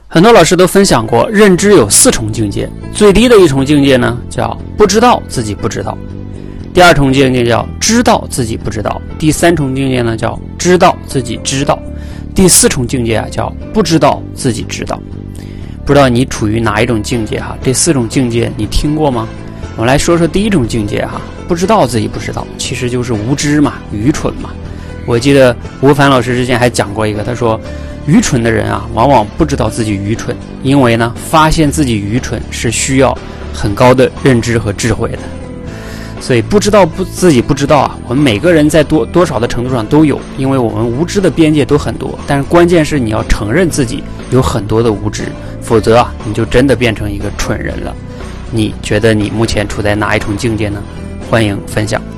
很多老师都分享过，认知有4重境界。最低的一重境界呢，叫不知道自己不知道；第2重境界叫知道自己不知道；第3重境界呢，叫知道自己知道；第4重境界叫不知道自己知道。不知道你处于哪一种境界哈？这4种境界你听过吗？我们来说说第1种境界哈，不知道自己不知道，其实就是无知嘛，愚蠢嘛。我记得吴凡老师之前还讲过一个，他说愚蠢的人啊，往往不知道自己愚蠢，因为呢，发现自己愚蠢是需要很高的认知和智慧的。所以不知道自己不知道啊，我们每个人在多少的程度上都有，因为我们无知的边界都很多。但是关键是你要承认自己有很多的无知，否则啊，你就真的变成一个蠢人了。你觉得你目前处在哪一重境界呢？欢迎分享。